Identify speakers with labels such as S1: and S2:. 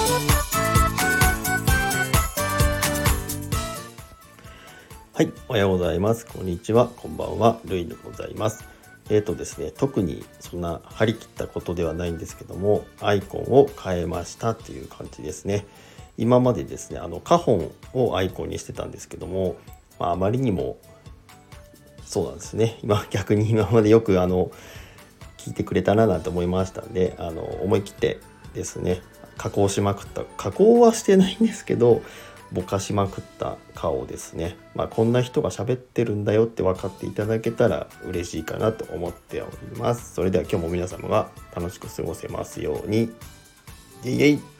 S1: はい、おはようございます。こんにちは、こんばんは、ルイでございます。ですね、特にそんな張り切ったことではないんですけども、アイコンを変えましたっていう感じですね。今までですね、カホンをアイコンにしてたんですけども、あまりにもそうなんですね。逆に今までよく聞いてくれたななんて思いましたんで、思い切ってですね、加工しまくった、加工はしてないんですけど、ぼかしまくった顔ですね。こんな人が喋ってるんだよって分かっていただけたら嬉しいかなと思っております。それでは今日も皆様が楽しく過ごせますように。イエイイエイ。